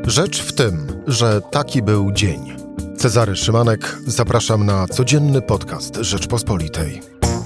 Rzecz w tym, że taki był dzień. Cezary Szymanek, zapraszam na codzienny podcast Rzeczpospolitej.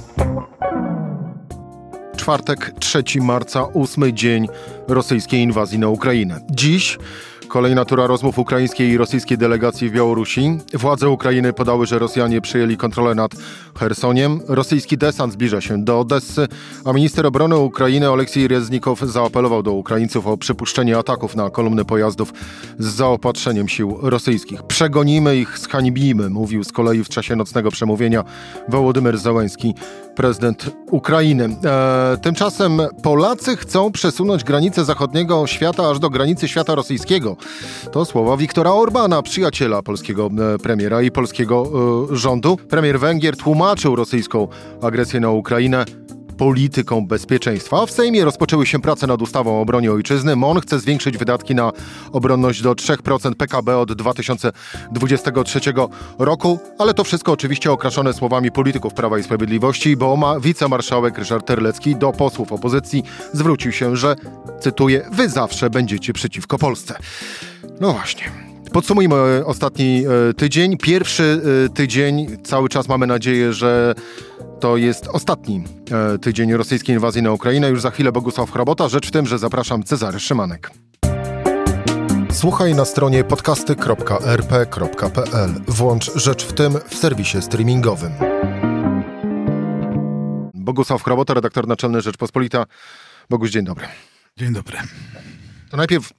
Czwartek, 3 marca, 8 dzień rosyjskiej inwazji na Ukrainę. Dziś kolejna tura rozmów ukraińskiej i rosyjskiej delegacji w Białorusi. Władze Ukrainy podały, że Rosjanie przyjęli kontrolę nad Chersoniem. Rosyjski desant zbliża się do Odessy, a minister obrony Ukrainy Oleksiej Reznikow zaapelował do Ukraińców o przypuszczenie ataków na kolumny pojazdów z zaopatrzeniem sił rosyjskich. Przegonimy ich, zhańbimy, mówił z kolei w czasie nocnego przemówienia Wołodymyr Zełenski, prezydent Ukrainy. Tymczasem Polacy chcą przesunąć granicę zachodniego świata aż do granicy świata rosyjskiego. To słowa Viktora Orbana, przyjaciela polskiego premiera i polskiego rządu. Premier Węgier tłumaczył rosyjską agresję na Ukrainę polityką bezpieczeństwa. W Sejmie rozpoczęły się prace nad ustawą o obronie ojczyzny. MON chce zwiększyć wydatki na obronność do 3% PKB od 2023 roku, ale to wszystko oczywiście okraszone słowami polityków Prawa i Sprawiedliwości, bo wicemarszałek Ryszard Terlecki do posłów opozycji zwrócił się, że, cytuję, wy zawsze będziecie przeciwko Polsce. No właśnie. Podsumujmy ostatni tydzień. Pierwszy tydzień, cały czas mamy nadzieję, że to jest ostatni tydzień rosyjskiej inwazji na Ukrainę. Już za chwilę Bogusław Hrabota. Rzecz w tym, że zapraszam, Cezary Szymanek. Słuchaj na stronie podcasty.rp.pl. Włącz Rzecz w tym w serwisie streamingowym. Bogusław Hrabota, redaktor naczelny Rzeczpospolita. Boguś, dzień dobry. Dzień dobry. To najpierw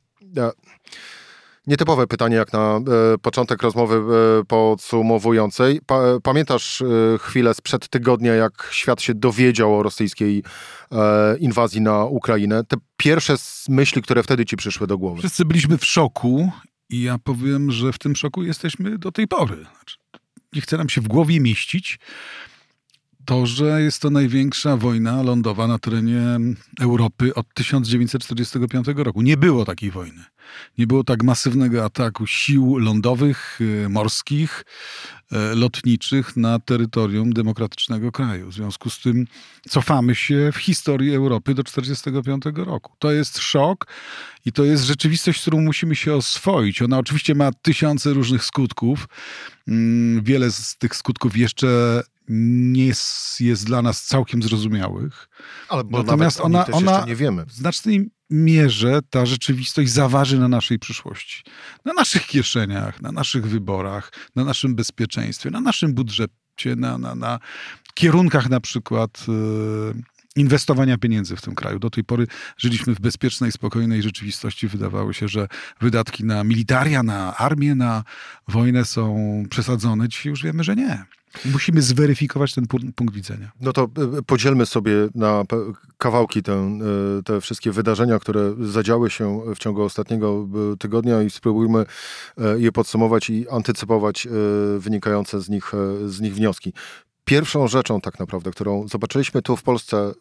nietypowe pytanie jak na początek rozmowy podsumowującej. Pamiętasz chwilę sprzed tygodnia, jak świat się dowiedział o rosyjskiej inwazji na Ukrainę? Te pierwsze myśli, które wtedy ci przyszły do głowy. Wszyscy byliśmy w szoku i ja powiem, że w tym szoku jesteśmy do tej pory. Znaczy, nie chce nam się w głowie mieścić to, że jest to największa wojna lądowa na terenie Europy od 1945 roku. Nie było takiej wojny. Nie było tak masywnego ataku sił lądowych, morskich, lotniczych na terytorium demokratycznego kraju. W związku z tym cofamy się w historii Europy do 1945 roku. To jest szok i to jest rzeczywistość, z którą musimy się oswoić. Ona oczywiście ma tysiące różnych skutków. Wiele z tych skutków jeszcze nie jest dla nas całkiem zrozumiałych. Ale natomiast ona jeszcze nie wiemy. W znacznej mierze ta rzeczywistość zaważy na naszej przyszłości. Na naszych kieszeniach, na naszych wyborach, na naszym bezpieczeństwie, na naszym budżecie, na kierunkach na przykład inwestowania pieniędzy w tym kraju. Do tej pory żyliśmy w bezpiecznej, spokojnej rzeczywistości. Wydawało się, że wydatki na militaria, na armię, na wojnę są przesadzone. Dzisiaj już wiemy, że nie. Musimy zweryfikować ten punkt widzenia. No to podzielmy sobie na kawałki te wszystkie wydarzenia, które zadziały się w ciągu ostatniego tygodnia i spróbujmy je podsumować i antycypować wynikające z nich wnioski. Pierwszą rzeczą tak naprawdę, którą zobaczyliśmy tu w Polsce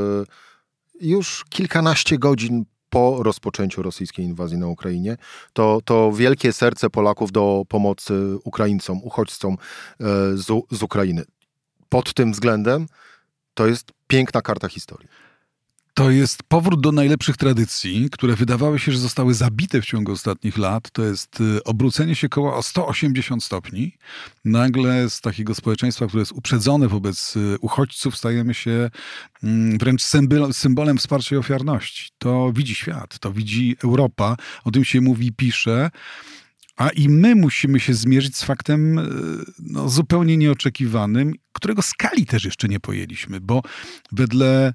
już kilkanaście godzin po rozpoczęciu rosyjskiej inwazji na Ukrainie, to wielkie serce Polaków do pomocy Ukraińcom, uchodźcom z Ukrainy. Pod tym względem to jest piękna karta historii. To jest powrót do najlepszych tradycji, które wydawały się, że zostały zabite w ciągu ostatnich lat. To jest obrócenie się koła o 180 stopni. Nagle z takiego społeczeństwa, które jest uprzedzone wobec uchodźców, stajemy się wręcz symbolem wsparcia i ofiarności. To widzi świat, to widzi Europa, o tym się mówi i pisze. A i my musimy się zmierzyć z faktem zupełnie nieoczekiwanym, którego skali też jeszcze nie pojęliśmy, bo wedle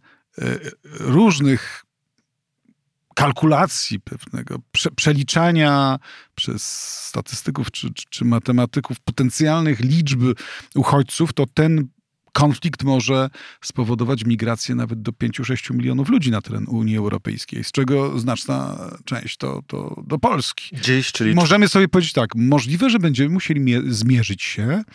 różnych kalkulacji, pewnego przeliczania przez statystyków czy matematyków potencjalnych liczb uchodźców, to ten konflikt może spowodować migrację nawet do 5-6 milionów ludzi na teren Unii Europejskiej, z czego znaczna część to do Polski. Czyli możemy sobie powiedzieć tak, możliwe, że będziemy musieli zmierzyć się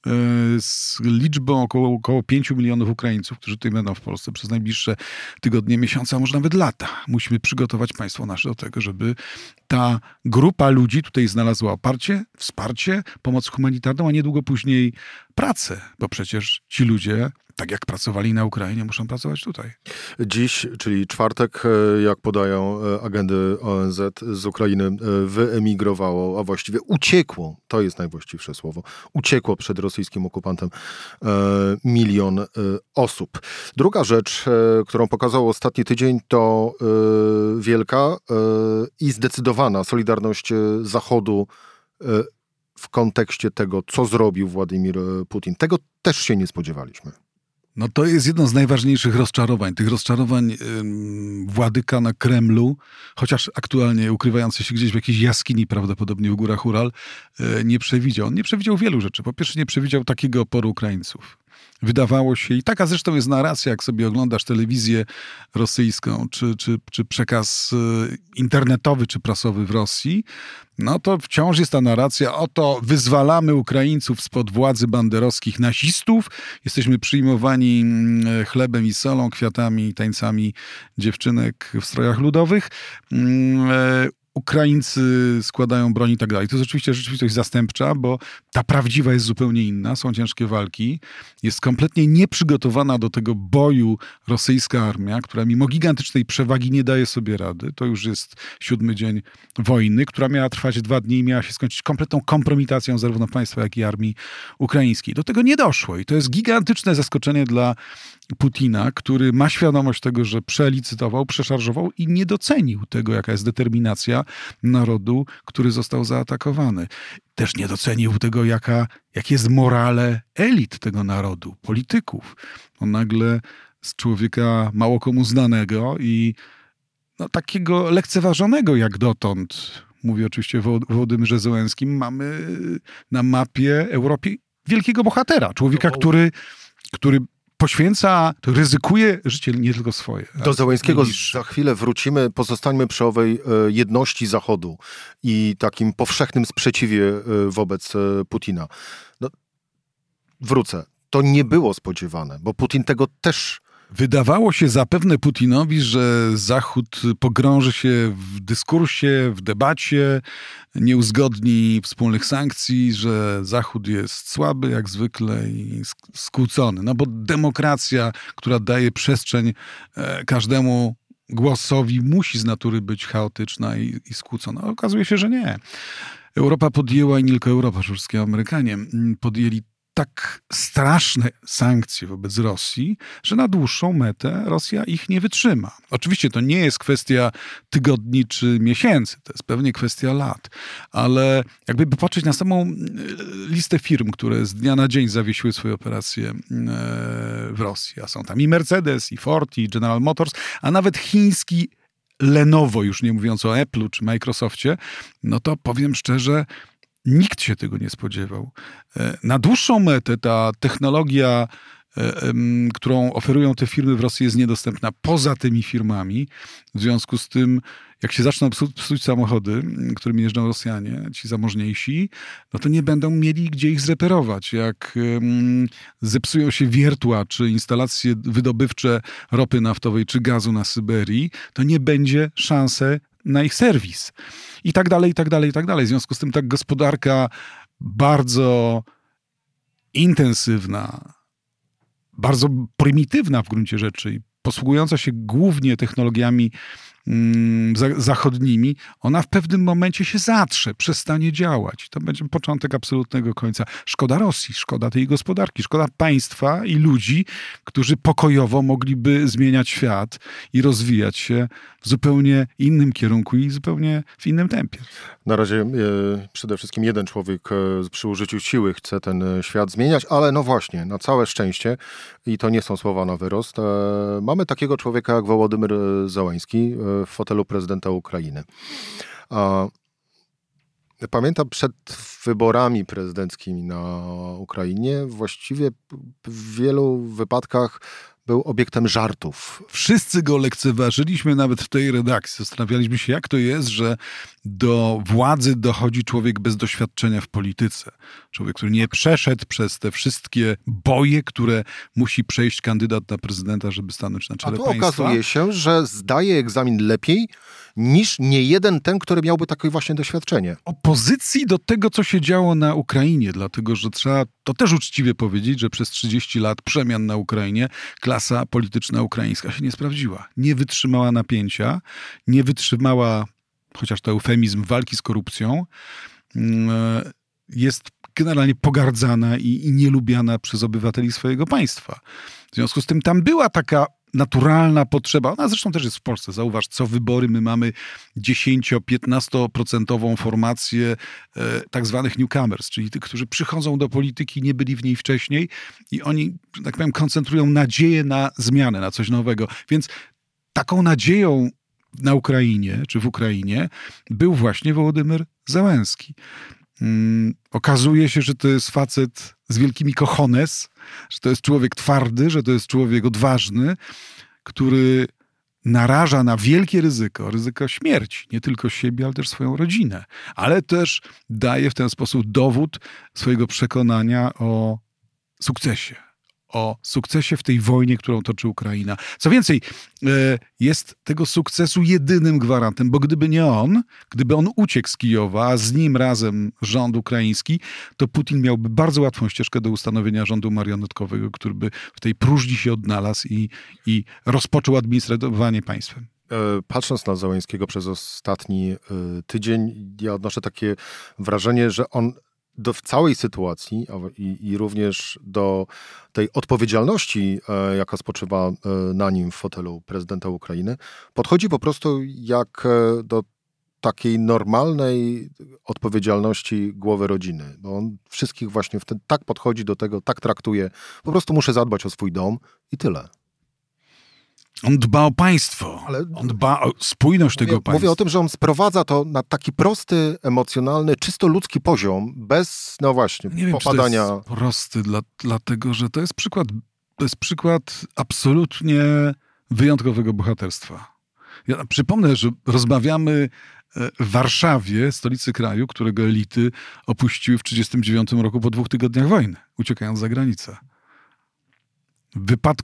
z liczbą około 5 milionów Ukraińców, którzy tutaj będą w Polsce przez najbliższe tygodnie, miesiące, a może nawet lata. Musimy przygotować państwo nasze do tego, żeby ta grupa ludzi tutaj znalazła oparcie, wsparcie, pomoc humanitarną, a niedługo później pracę, bo przecież ci ludzie, tak jak pracowali na Ukrainie, muszą pracować tutaj. Dziś, czyli czwartek, jak podają agendy ONZ, z Ukrainy wyemigrowało, a właściwie uciekło, to jest najwłaściwsze słowo, uciekło przed rosyjskim okupantem 1 milion osób. Druga rzecz, którą pokazał ostatni tydzień, to wielka i zdecydowana solidarność Zachodu w kontekście tego, co zrobił Władimir Putin. Tego też się nie spodziewaliśmy. No to jest jedno z najważniejszych rozczarowań. Tych rozczarowań władyka na Kremlu, chociaż aktualnie ukrywający się gdzieś w jakiejś jaskini, prawdopodobnie w górach Ural, nie przewidział. On nie przewidział wielu rzeczy. Po pierwsze, nie przewidział takiego oporu Ukraińców. Wydawało się, i taka zresztą jest narracja, jak sobie oglądasz telewizję rosyjską, czy przekaz internetowy, czy prasowy w Rosji, no to wciąż jest ta narracja, oto wyzwalamy Ukraińców spod władzy banderowskich nazistów, jesteśmy przyjmowani chlebem i solą, kwiatami i tańcami dziewczynek w strojach ludowych, Ukraińcy składają broń i tak dalej. To jest oczywiście rzeczywistość zastępcza, bo ta prawdziwa jest zupełnie inna. Są ciężkie walki. Jest kompletnie nieprzygotowana do tego boju rosyjska armia, która mimo gigantycznej przewagi nie daje sobie rady. To już jest 7 dzień wojny, która miała trwać 2 dni i miała się skończyć kompletną kompromitacją zarówno państwa, jak i armii ukraińskiej. Do tego nie doszło i to jest gigantyczne zaskoczenie dla Putina, który ma świadomość tego, że przelicytował, przeszarżował i nie docenił tego, jaka jest determinacja narodu, który został zaatakowany. Też nie docenił tego, jakie jest morale elit tego narodu, polityków. On nagle z człowieka mało komu znanego i takiego lekceważonego jak dotąd, mówię oczywiście o Wołodymyrze Zełenskim, mamy na mapie Europy wielkiego bohatera. Człowieka, który poświęca, ryzykuje życie nie tylko swoje. Do Zełenskiego za chwilę wrócimy. Pozostańmy przy owej jedności Zachodu i takim powszechnym sprzeciwie wobec Putina. Wrócę. To nie było spodziewane, bo Putin tego też... Wydawało się zapewne Putinowi, że Zachód pogrąży się w dyskursie, w debacie, nie uzgodni wspólnych sankcji, że Zachód jest słaby jak zwykle i skłócony. No bo demokracja, która daje przestrzeń każdemu głosowi, musi z natury być chaotyczna i skłócona. Okazuje się, że nie. Europa podjęła, i nie tylko Europa, przede wszystkim Amerykanie, podjęli tak straszne sankcje wobec Rosji, że na dłuższą metę Rosja ich nie wytrzyma. Oczywiście to nie jest kwestia tygodni czy miesięcy, to jest pewnie kwestia lat, ale jakby patrzeć na samą listę firm, które z dnia na dzień zawiesiły swoje operacje w Rosji, a są tam i Mercedes, i Ford, i General Motors, a nawet chiński Lenovo, już nie mówiąc o Apple'u czy Microsoftie, no to powiem szczerze, nikt się tego nie spodziewał. Na dłuższą metę ta technologia, którą oferują te firmy w Rosji, jest niedostępna poza tymi firmami. W związku z tym, jak się zaczną psuć samochody, którymi jeżdżą Rosjanie, ci zamożniejsi, no to nie będą mieli gdzie ich zreperować. Jak zepsują się wiertła, czy instalacje wydobywcze ropy naftowej, czy gazu na Syberii, to nie będzie szansy na ich serwis. I tak dalej, i tak dalej, i tak dalej. W związku z tym ta gospodarka bardzo intensywna, bardzo prymitywna w gruncie rzeczy i posługująca się głównie technologiami zachodnimi, ona w pewnym momencie się zatrze, przestanie działać. To będzie początek absolutnego końca. Szkoda Rosji, szkoda tej gospodarki, szkoda państwa i ludzi, którzy pokojowo mogliby zmieniać świat i rozwijać się w zupełnie innym kierunku i zupełnie w innym tempie. Na razie przede wszystkim jeden człowiek przy użyciu siły chce ten świat zmieniać, ale no właśnie, na całe szczęście, i to nie są słowa na wyrost, mamy takiego człowieka jak Wołodymyr Zełenski w fotelu prezydenta Ukrainy. Pamiętam przed wyborami prezydenckimi na Ukrainie właściwie w wielu wypadkach był obiektem żartów. Wszyscy go lekceważyliśmy, nawet w tej redakcji. Zastanawialiśmy się, jak to jest, że do władzy dochodzi człowiek bez doświadczenia w polityce. Człowiek, który nie przeszedł przez te wszystkie boje, które musi przejść kandydat na prezydenta, żeby stanąć na czele państwa. A tu okazuje się, że zdaje egzamin lepiej niż niejeden ten, który miałby takie właśnie doświadczenie. Opozycji do tego, co się działo na Ukrainie, dlatego że trzeba to też uczciwie powiedzieć, że przez 30 lat przemian na Ukrainie klasa polityczna ukraińska się nie sprawdziła. Nie wytrzymała napięcia, nie wytrzymała, chociaż to eufemizm, walki z korupcją, jest generalnie pogardzana i nielubiana przez obywateli swojego państwa. W związku z tym tam była taka naturalna potrzeba, ona zresztą też jest w Polsce. Zauważ, co wybory my mamy 10-15% formację tak zwanych newcomers, czyli tych, którzy przychodzą do polityki, nie byli w niej wcześniej i oni, że tak powiem, koncentrują nadzieję na zmianę, na coś nowego. Więc taką nadzieją na Ukrainie, czy w Ukrainie, był właśnie Wołodymyr Zełenski. Okazuje się, że to jest facet z wielkimi cojones, że to jest człowiek twardy, że to jest człowiek odważny, który naraża na wielkie ryzyko śmierci, nie tylko siebie, ale też swoją rodzinę, ale też daje w ten sposób dowód swojego przekonania o sukcesie w tej wojnie, którą toczy Ukraina. Co więcej, jest tego sukcesu jedynym gwarantem, bo gdyby on uciekł z Kijowa, a z nim razem rząd ukraiński, to Putin miałby bardzo łatwą ścieżkę do ustanowienia rządu marionetkowego, który by w tej próżni się odnalazł i rozpoczął administrowanie państwem. Patrząc na Zełenskiego przez ostatni tydzień, ja odnoszę takie wrażenie, że on w całej sytuacji i również do tej odpowiedzialności, jaka spoczywa na nim w fotelu prezydenta Ukrainy, podchodzi po prostu jak do takiej normalnej odpowiedzialności głowy rodziny. Bo on wszystkich właśnie tak podchodzi do tego, tak traktuje. Po prostu muszę zadbać o swój dom i tyle. On dba o państwo, on dba o spójność tego państwa. Mówię o tym, że on sprowadza to na taki prosty, emocjonalny, czysto ludzki poziom, bez, no właśnie, nie popadania... Nie wiem, czy to jest prosty, dlatego że to jest przykład absolutnie wyjątkowego bohaterstwa. Ja przypomnę, że rozmawiamy w Warszawie, stolicy kraju, którego elity opuściły w 1939 roku po 2 tygodniach wojny, uciekając za granicę. W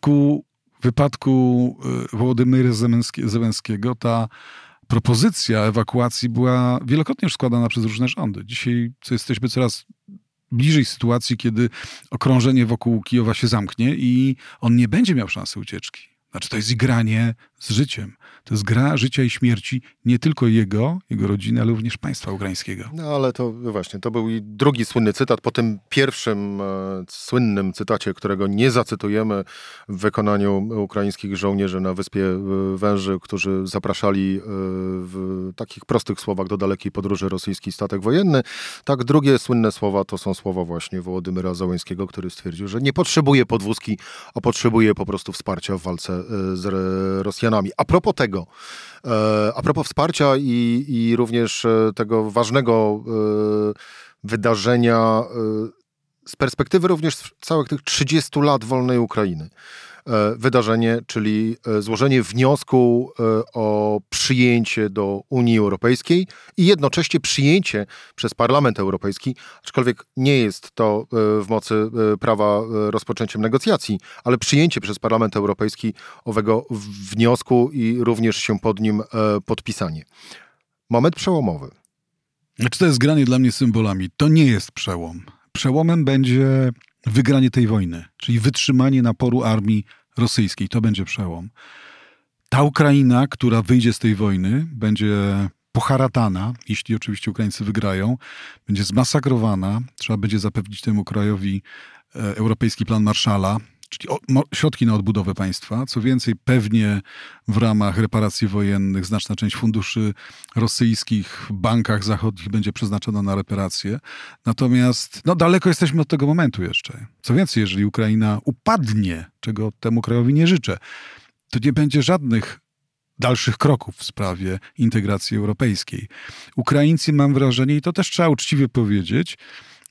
wypadku Wołodymyra Zełenskiego ta propozycja ewakuacji była wielokrotnie już składana przez różne rządy. Dzisiaj jesteśmy coraz bliżej sytuacji, kiedy okrążenie wokół Kijowa się zamknie i on nie będzie miał szansy ucieczki. Znaczy to jest igranie z życiem. To jest gra życia i śmierci nie tylko jego rodziny, ale również państwa ukraińskiego. No ale to właśnie, to był i drugi słynny cytat po tym pierwszym słynnym cytacie, którego nie zacytujemy w wykonaniu ukraińskich żołnierzy na Wyspie Węży, którzy zapraszali w takich prostych słowach do dalekiej podróży rosyjski statek wojenny. Tak, drugie słynne słowa to są słowa właśnie Wołodymyra Zełenskiego, który stwierdził, że nie potrzebuje podwózki, a potrzebuje po prostu wsparcia w walce z Rosjanami. A propos tego, a propos wsparcia i również tego ważnego wydarzenia z perspektywy również całych tych 30 lat wolnej Ukrainy. Wydarzenie, czyli złożenie wniosku o przyjęcie do Unii Europejskiej i jednocześnie przyjęcie przez Parlament Europejski, aczkolwiek nie jest to w mocy prawa rozpoczęciem negocjacji, ale przyjęcie przez Parlament Europejski owego wniosku i również się pod nim podpisanie. Moment przełomowy. Znaczy to jest granie dla mnie symbolami. To nie jest przełom. Przełomem będzie wygranie tej wojny, czyli wytrzymanie naporu armii rosyjskiej. To będzie przełom. Ta Ukraina, która wyjdzie z tej wojny, będzie poharatana, jeśli oczywiście Ukraińcy wygrają, będzie zmasakrowana. Trzeba będzie zapewnić temu krajowi Europejski Plan Marshalla, czyli środki na odbudowę państwa. Co więcej, pewnie w ramach reparacji wojennych znaczna część funduszy rosyjskich w bankach zachodnich będzie przeznaczona na reparacje. Natomiast daleko jesteśmy od tego momentu jeszcze. Co więcej, jeżeli Ukraina upadnie, czego temu krajowi nie życzę, to nie będzie żadnych dalszych kroków w sprawie integracji europejskiej. Ukraińcy, mam wrażenie, i to też trzeba uczciwie powiedzieć,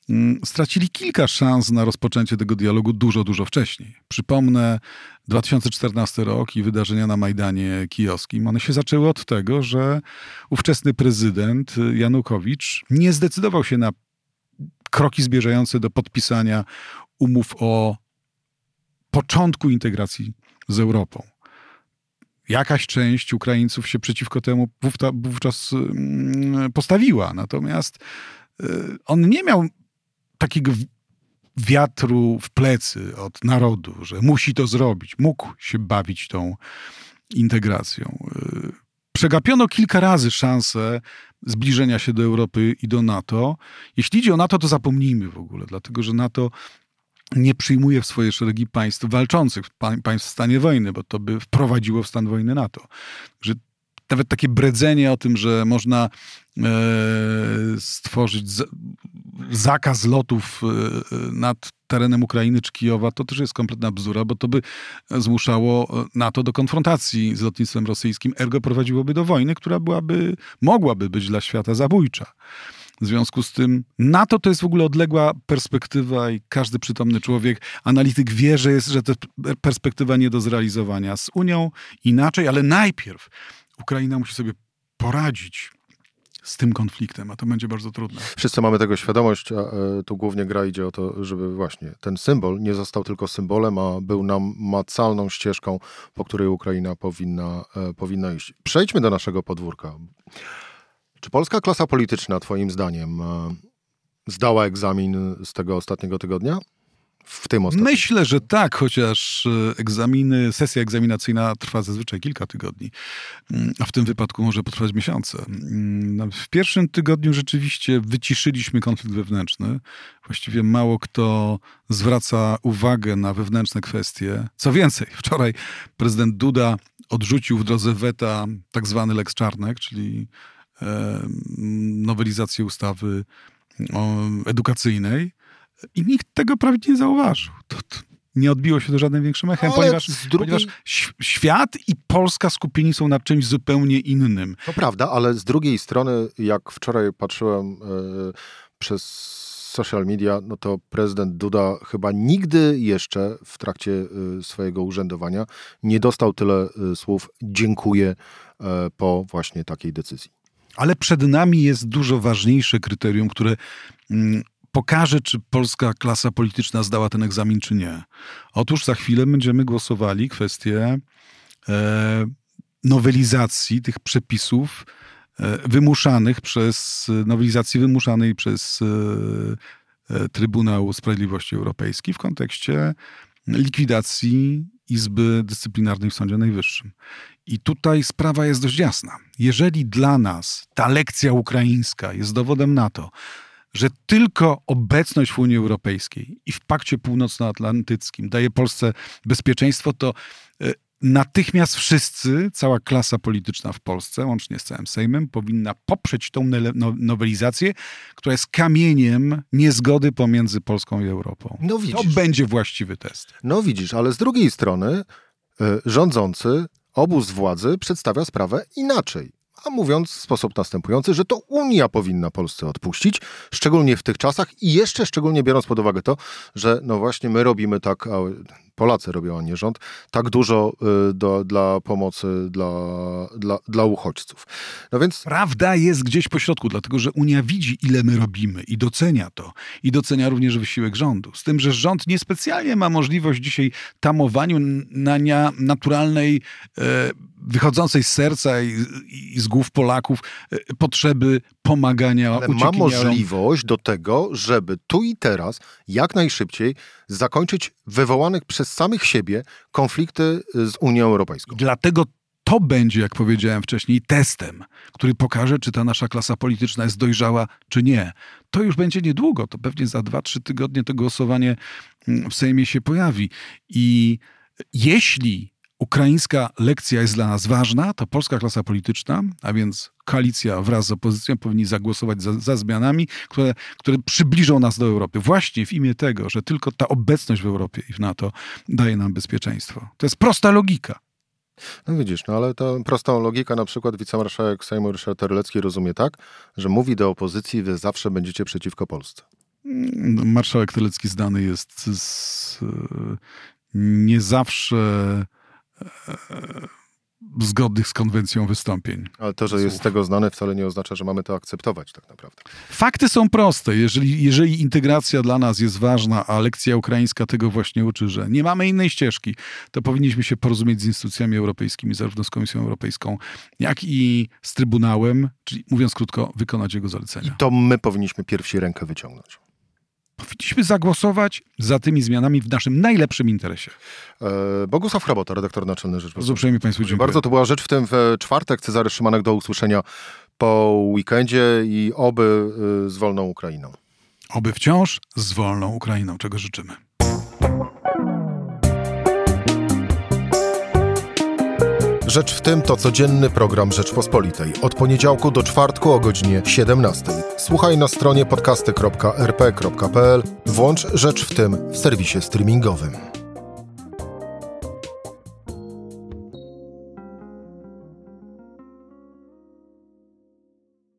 stracili kilka szans na rozpoczęcie tego dialogu dużo, dużo wcześniej. Przypomnę 2014 rok i wydarzenia na Majdanie Kijowskim. One się zaczęły od tego, że ówczesny prezydent Janukowicz nie zdecydował się na kroki zmierzające do podpisania umów o początku integracji z Europą. Jakaś część Ukraińców się przeciwko temu wówczas postawiła. Natomiast on nie miał takiego wiatru w plecy od narodu, że musi to zrobić. Mógł się bawić tą integracją. Przegapiono kilka razy szansę zbliżenia się do Europy i do NATO. Jeśli idzie o NATO, to zapomnijmy w ogóle, dlatego że NATO nie przyjmuje w swoje szeregi państw walczących, państw w stanie wojny, bo to by wprowadziło w stan wojny NATO. Że nawet takie bredzenie o tym, że można stworzyć zakaz lotów nad terenem Ukrainy czy Kijowa, to też jest kompletna bzdura, bo to by zmuszało NATO do konfrontacji z lotnictwem rosyjskim, ergo prowadziłoby do wojny, która mogłaby być dla świata zabójcza. W związku z tym NATO to jest w ogóle odległa perspektywa i każdy przytomny człowiek, analityk wie, że to perspektywa nie do zrealizowania. Z Unią inaczej, ale najpierw Ukraina musi sobie poradzić z tym konfliktem, a to będzie bardzo trudne. Wszyscy mamy tego świadomość, a tu głównie gra idzie o to, żeby właśnie ten symbol nie został tylko symbolem, a był namacalną ścieżką, po której Ukraina powinna iść. Przejdźmy do naszego podwórka. Czy polska klasa polityczna, twoim zdaniem, zdała egzamin z tego ostatniego tygodnia? W tym ostatnim? Myślę, że tak, chociaż sesja egzaminacyjna trwa zazwyczaj kilka tygodni, a w tym wypadku może potrwać miesiące. W pierwszym tygodniu rzeczywiście wyciszyliśmy konflikt wewnętrzny. Właściwie mało kto zwraca uwagę na wewnętrzne kwestie. Co więcej, wczoraj prezydent Duda odrzucił w drodze weta tak zwany Lex Czarnek, czyli nowelizację ustawy edukacyjnej i nikt tego prawie nie zauważył. To nie odbiło się to żadnym większym echem, ponieważ świat i Polska skupieni są na czymś zupełnie innym. To prawda, ale z drugiej strony, jak wczoraj patrzyłem przez social media, no to prezydent Duda chyba nigdy jeszcze w trakcie swojego urzędowania nie dostał tyle słów dziękuję po właśnie takiej decyzji. Ale przed nami jest dużo ważniejsze kryterium, które pokaże, czy polska klasa polityczna zdała ten egzamin, czy nie. Otóż za chwilę będziemy głosowali kwestię nowelizacji tych przepisów nowelizacji wymuszanej przez Trybunał Sprawiedliwości Europejskiej w kontekście likwidacji Izby Dyscyplinarnej w Sądzie Najwyższym. I tutaj sprawa jest dość jasna. Jeżeli dla nas ta lekcja ukraińska jest dowodem na to, że tylko obecność w Unii Europejskiej i w Pakcie Północnoatlantyckim daje Polsce bezpieczeństwo, to natychmiast wszyscy, cała klasa polityczna w Polsce, łącznie z całym Sejmem, powinna poprzeć tą nowelizację, która jest kamieniem niezgody pomiędzy Polską i Europą. No widzisz. To będzie właściwy test. No widzisz, ale z drugiej strony rządzący, obóz władzy przedstawia sprawę inaczej. A mówiąc w sposób następujący, że to Unia powinna Polsce odpuścić, szczególnie w tych czasach i jeszcze szczególnie biorąc pod uwagę to, że no właśnie my robimy tak, a Polacy robią, a nie rząd, tak dużo dla pomocy dla uchodźców. No więc... Prawda jest gdzieś pośrodku, dlatego że Unia widzi, ile my robimy i docenia to. I docenia również wysiłek rządu. Z tym, że rząd niespecjalnie ma możliwość dzisiaj tamowaniu na naturalnej, wychodzącej z serca i z głów Polaków potrzeby pomagania, ale ma możliwość do tego, żeby tu i teraz jak najszybciej zakończyć wywołanych przez samych siebie konflikty z Unią Europejską. Dlatego to będzie, jak powiedziałem wcześniej, testem, który pokaże, czy ta nasza klasa polityczna jest dojrzała, czy nie. To już będzie niedługo, to pewnie za 2-3 tygodnie to głosowanie w Sejmie się pojawi. I jeśli ukraińska lekcja jest dla nas ważna, to polska klasa polityczna, a więc koalicja wraz z opozycją powinni zagłosować za zmianami, które przybliżą nas do Europy. Właśnie w imię tego, że tylko ta obecność w Europie i w NATO daje nam bezpieczeństwo. To jest prosta logika. No widzisz, no ale tę prostą logikę na przykład wicemarszałek Sejmu Ryszard Terlecki rozumie tak, że mówi do opozycji, wy zawsze będziecie przeciwko Polsce. Marszałek Terlecki znany jest nie zawsze zgodnych z konwencją wystąpień. Ale to, że jest z tego znane, wcale nie oznacza, że mamy to akceptować tak naprawdę. Fakty są proste. Jeżeli integracja dla nas jest ważna, a lekcja ukraińska tego właśnie uczy, że nie mamy innej ścieżki, to powinniśmy się porozumieć z instytucjami europejskimi, zarówno z Komisją Europejską, jak i z Trybunałem, czyli mówiąc krótko, wykonać jego zalecenia. I to my powinniśmy pierwsi rękę wyciągnąć. Powinniśmy zagłosować za tymi zmianami w naszym najlepszym interesie. Bogusław Hrabota, redaktor naczelny Rzeczpospolitej. Bardzo uprzejmie Państwu dziękuję. Bardzo, to była Rzecz w tym w czwartek. Cezary Szymanek, do usłyszenia po weekendzie i oby z wolną Ukrainą. Oby wciąż z wolną Ukrainą, czego życzymy. Rzecz w tym to codzienny program Rzeczpospolitej. Od poniedziałku do czwartku o godzinie 17. Słuchaj na stronie podcasty.rp.pl. Włącz Rzecz w tym w serwisie streamingowym.